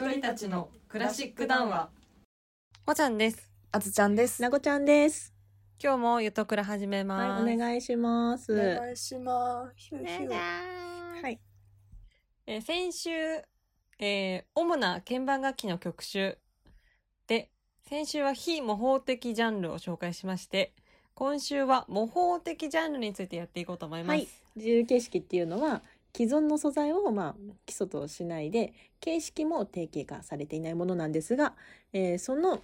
鳥たちのクラシック談話。 ほちゃんです。 あつちゃんです。 なごちゃんです。 今日もゆとくら始めます。 はい、お願いします。 お願いします。ヒューヒュー。 はい。 先週、主な鍵盤楽器の曲集で、先週は非模倣的ジャンルを紹介しまして、今週は模倣的ジャンルについてやっていこうと思います。はい、 自由形式っていうのは既存の素材を基礎としないで形式も定型化されていないものなんですが、その、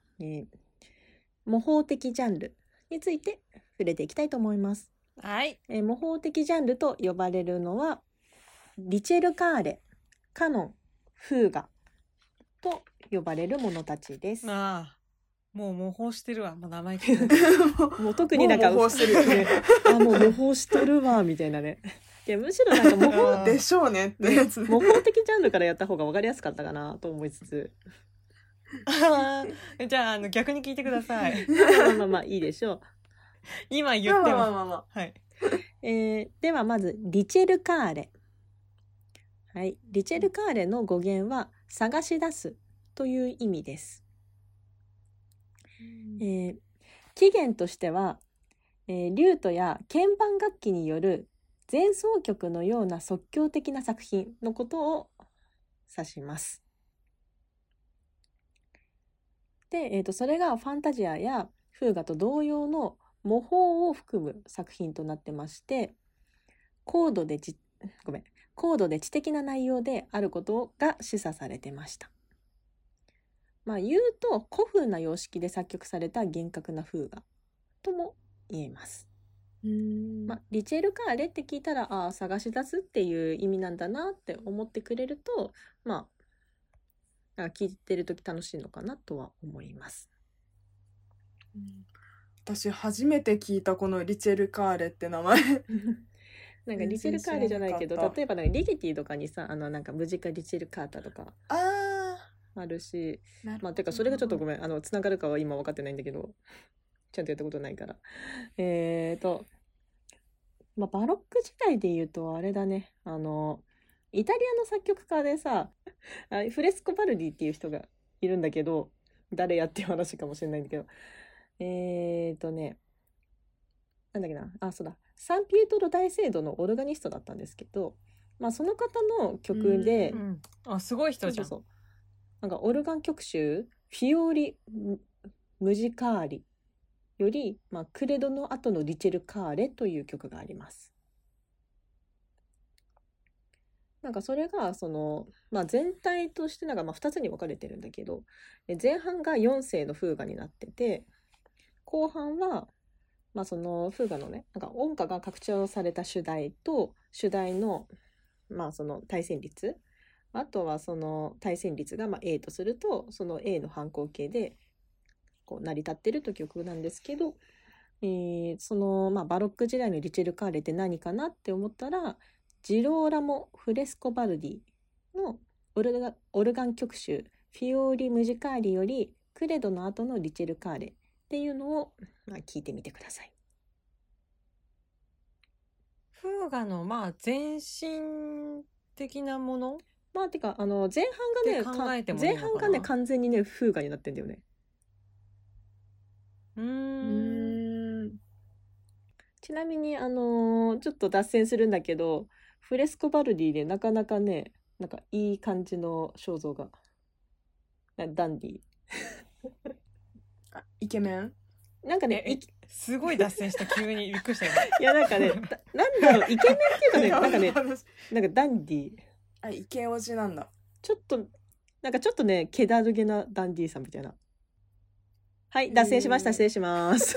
模倣的ジャンルについて触れていきたいと思います。 はい。 模倣的ジャンルと呼ばれるのはリチェルカーレ、カノン、フーガと呼ばれるものたちです。 ああ、もう模倣してるわ。もう名前聞いてもう特になんか模倣してるよね。 もう模倣しとるわみたいなね。いやむしろなんか模倣でしょうねってやつね。 模倣的ジャンルからやった方が分かりやすかったかなと思いつつじゃあ、逆に聞いてください。 まあいいでしょう。 今言っても、 はい。 ではまずリチェルカーレ。はい、リチェルカーレの語源は探し出すという意味です。起源としては、リュートや鍵盤楽器による前奏曲のような即興的な作品のことを指します。で、それがファンタジアやフーガと同様の模倣を含む作品となってまして、高度で知的な内容であることが示唆されてました。言うと古風な様式で作曲された厳格なフーガとも言えます。リチェルカーレって聞いたら探し出すっていう意味なんだなって思ってくれると聞いてる時楽しいのかなとは思います。 私初めて聞いたこのリチェルカーレって名前なんかリチェルカーレじゃないけど、例えばリゲティとかにさなんかムジカリチェルカータとかあるし、てかそれがちょっとごめんつながるかは今分かってないんだけど、ちゃんとやったことないから。バロック時代で言うとあれだね、イタリアの作曲家でさフレスコ・バルディっていう人がいるんだけど、誰やっていう話かもしれないんだけど、なんだっけな、そうだ、サンピエトロ大聖堂のオルガニストだったんですけど、その方の曲で、 すごい人じゃん。 そうなんかオルガン曲集フィオーリ・ムジカーリより、クレドの後のリチェルカーレという曲があります。なんかそれが全体として2つに分かれてるんだけど、前半が4声のフーガになってて、後半はそのフーガのね、なんか音歌が拡張された主題と主題のその対旋律、あとはその対旋律がA とすると、その A の反抗形で成り立ってるという曲なんですけど、そのバロック時代のリチェルカーレって何かなって思ったら、ジローラモ・フレスコ・バルディのオルガン曲集フィオーリ・ムジカーリよりクレドの後のリチェルカーレっていうのを聞いてみてください。 フーガの前身的なものてか前半がね完全にねフーガになってんだよね。ちなみにちょっと脱線するんだけど、フレスコ・バルディでなかなかね、なんかいい感じの肖像がダンディイケメンなんかねすごい脱線した急にびっくりしたよいやなんかねなんだろう、イケメンっていうかねなんかダンディイケオジなんだ。 ちょっとね気だるげなダンディさんみたいな。はい、脱線しました。失礼します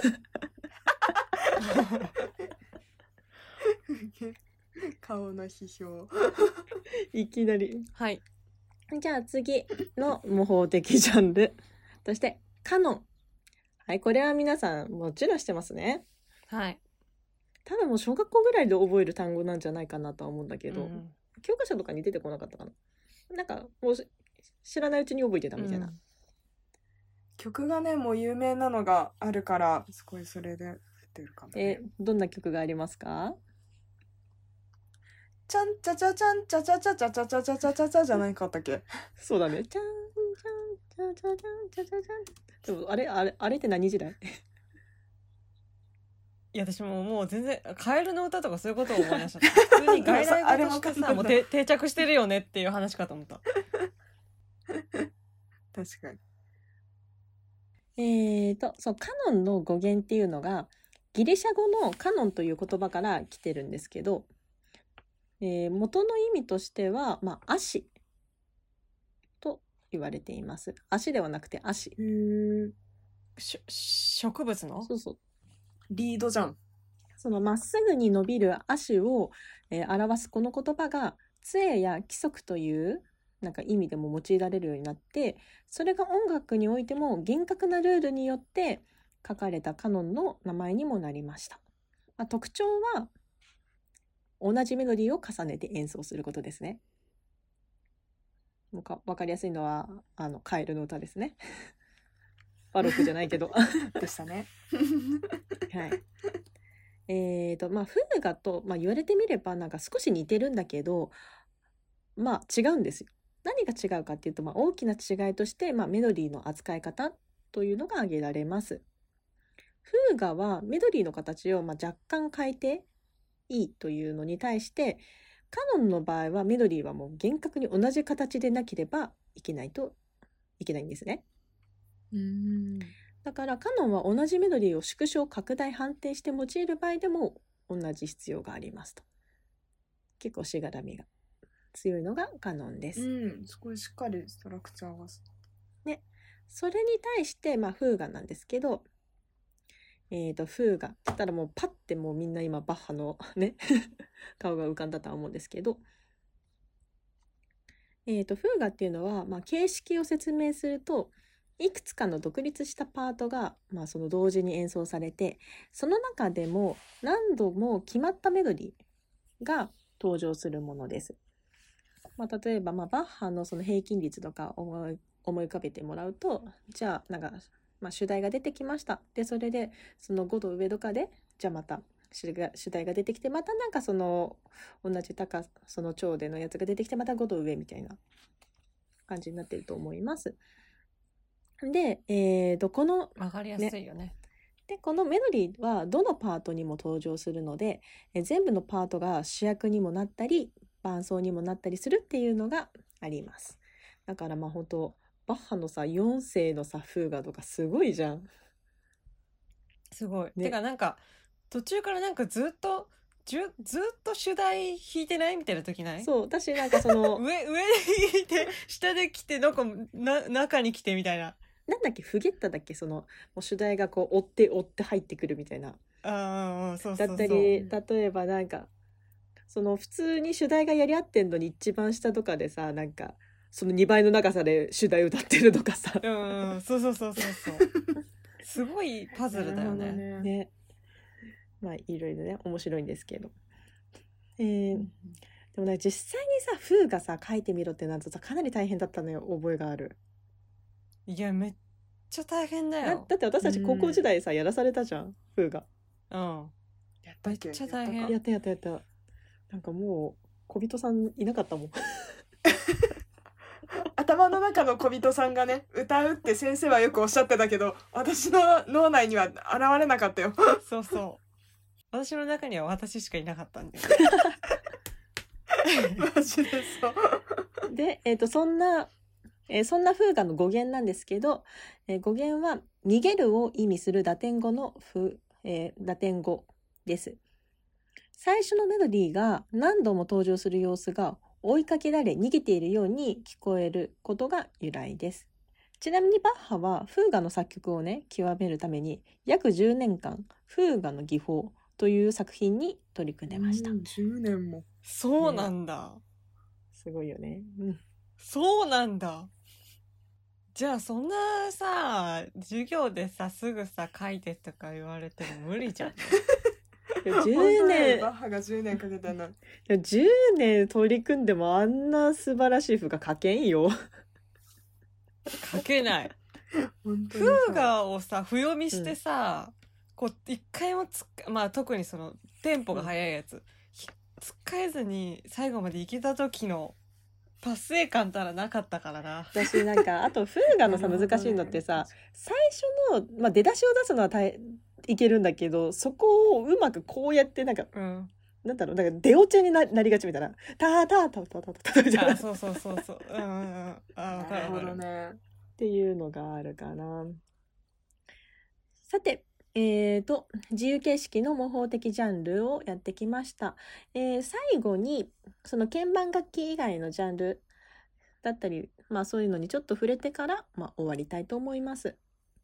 顔の批評いきなり。 はい。 じゃあ次の模倣的ジャンルとしてカノン。はい、これは皆さんもちろん知ってますね。 はい。 多分もう小学校ぐらいで覚える単語なんじゃないかなとは思うんだけど、教科書とかに出てこなかったかな。なんかもう知らないうちに覚えてたみたいな。 曲がねもう有名なのがあるからすごいそれで出てるかもね。 どんな曲がありますか？ ちゃんちゃちゃちゃんちゃちゃちゃちゃちゃちゃちゃちゃちゃちゃじゃないかったっけ。 そうだね。ちゃんちゃんちゃちゃちゃんちゃちゃちゃん。でもあれって何時代？ いや私もう全然カエルの歌とかそういうことを思い出しちゃった。普通に外来語としてさもう定着してるよねっていう話かと思った。 確かに。 そう、カノンの語源っていうのが、ギリシャ語のカノンという言葉から来てるんですけど、元の意味としては、まあ、足と言われています。足ではなくて足。 へー。 植物のそうそう。 リードじゃん。 そのまっすぐに伸びる足を、表すこの言葉が、杖や規則というなんか意味でも用いられるようになって、それが音楽においても厳格なルールによって書かれたカノンの名前にもなりました。まあ、特徴は同じメロディーを重ねて演奏することですね。わかりやすいのはカエルの歌ですね。バロックじゃないけどでしたね。 はい。まあフーガと、まあ、言われてみればなんか少し似てるんだけど、まあ違うんですよ。何が違うかっていうと、まあ、大きな違いとして、まあ、メロディーの扱い方というのが挙げられます。フーガはメロディーの形を、まあ、若干変えていいというのに対して、カノンの場合はメロディーはもう厳格に同じ形でなければいけないんですね。だからカノンは同じメロディーを縮小拡大反転して用いる場合でも同じ必要がありますと。結構しがらみが強いのがカノンです。 すごいしっかりストラクチャーが。 ね。それに対して、まあ、フーガなんですけど、フーガって言ったらもうパッてもうみんな今バッハのね、顔が浮かんだとは思うんですけど、フーガっていうのは、まあ、形式を説明すると、いくつかの独立したパートが、まあ、その同時に演奏されて、その中でも何度も決まったメロディーが登場するものです。まあ、例えば、まあ、バッハのその平均率とか思い浮かべてもらうと、じゃあなんか、まあ、主題が出てきました。でそれでその5度上とかでじゃあまた主題が出てきて、またなんかその同じその長でのやつが出てきて、また5度上みたいな感じになってると思います。で、このわかりやすいよね。 でこのメロディーはどのパートにも登場するので、全部のパートが主役にもなったり伴奏にもなったりするっていうのがあります。だからまあ本当バッハのさ4世のさフーガとかすごいじゃん。 すごい。 ね、 てかなんか途中からなんかずっと主題弾いてないみたいな時ない？ そう、私なんかその上で弾いて下で来てなんか中に来てみたいな。 なんだっけ、フゲッタだっけ、そのもう主題がこう追って入ってくるみたいな。 そうだったり、例えばなんかその普通に主題がやり合ってんのに一番下とかでさ、なんかその2倍の長さで主題歌ってるとかさ。 そうすごいパズルだよね。 ね。まあいろいろね面白いんですけど。でもね実際にさフーがさ書いてみろってなるとさかなり大変だったのよ、覚えがある。 いやめっちゃ大変だよ。 だって私たち高校時代さやらされたじゃん、フーが。 やったっけ？ めっちゃ大変。 やった。なんかもう小人さんいなかったもん。 頭の中の小人さんがね歌うって先生はよくおっしゃってたけど、私の脳内には現れなかったよ。 そう私の中には私しかいなかったんだよ。 マジでそうで、そんなフーガの語源なんですけど、語源は逃げるを意味するラテン語のラテン語です。最初のメロディーが何度も登場する様子が追いかけられ逃げているように聞こえることが由来です。ちなみにバッハはフーガの作曲をね極めるために約10年間フーガの技法という作品に取り組んでました。 10年も。 そうなんだ、 すごいよね。 そうなんだ。じゃあそんなさ授業でさすぐさ書いてとか言われても無理じゃん。 10年バッハが10年かけたの。 10年取り組んでもあんな素晴らしい譜が書けんよ。 書けない。フーガをさ譜読みしてさ、こう一回もまあ特にそのテンポが速いやつ、 つっかえずに最後までいけた時の達成感たらなかったからな。 私なんかあとフーガのさなるほどね難しいのってさ、最初の、まあ、出だしを出すのはいけるんだけど、そこをうまくこうやってなんかうん。 なんだろう、なんか出落ちになりがちみたいな、ターターターターターターみたいなあ、そうそうそうそう。うんうんうん。あ、わかるわかる。 ね。 っていうのがあるかな。さて、自由形式の模倣的ジャンルをやってきました。最後に、その鍵盤楽器以外のジャンルだったり、まあそういうのにちょっと触れてから、まあ、終わりたいと思います。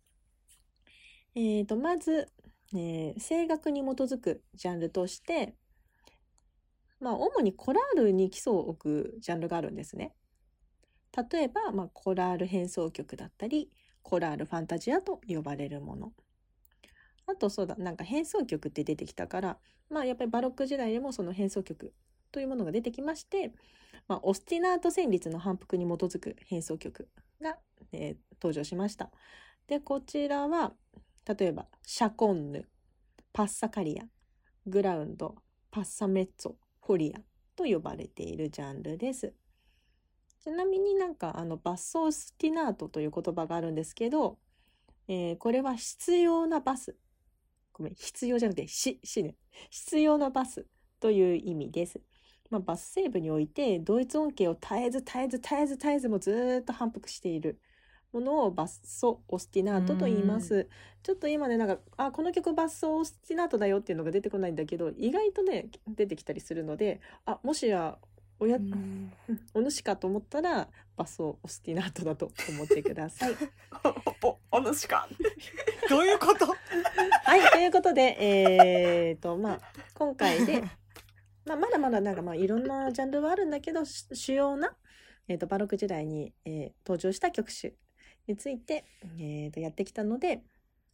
まず、声楽に基づくジャンルとして、まあ主にコラールに基礎を置くジャンルがあるんですね。例えば、まあ、コラール変奏曲だったり、コラールファンタジアと呼ばれるもの。あとそうだ、なんか変奏曲って出てきたから、まあやっぱりバロック時代でもその変奏曲というものが出てきまして、まあ、オスティナート旋律の反復に基づく変奏曲が、登場しました。で、こちらは、例えば、シャコンヌ、パッサカリア、グラウンド、パッサメッツォ、フォリアと呼ばれているジャンルです。ちなみになんかバッソースティナートという言葉があるんですけど、これは必要なバス。ごめん、必要じゃなくて、ね。必要なバスという意味です。まあ、バスセーブにおいて、同一音形を絶えずもずーっと反復しているものをバッソオスティナートと言います。ちょっと今ね、なんか、この曲バッソオスティナートだよっていうのが出てこないんだけど、意外とね、出てきたりするので、もしや、お主かと思ったら、バッソオスティナートだと思ってください。 お主か。 どういうこと？ はい、ということで、まあ、今回で、まあ、まだまだなんかまあいろんなジャンルはあるんだけど、主要な、バロック時代に、登場した曲種について、やってきたので、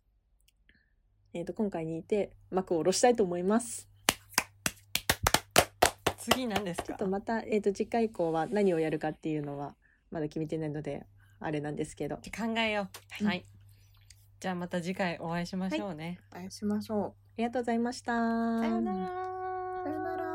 今回にて幕を下ろしたいと思います。 次何ですか？ ちょっとまた、次回以降は何をやるかっていうのはまだ決めてないので、あれなんですけど。 考えよう。はい。じゃあまた次回お会いしましょうね。 お会いしましょう。 ありがとうございました。 さようなら。 さよなら。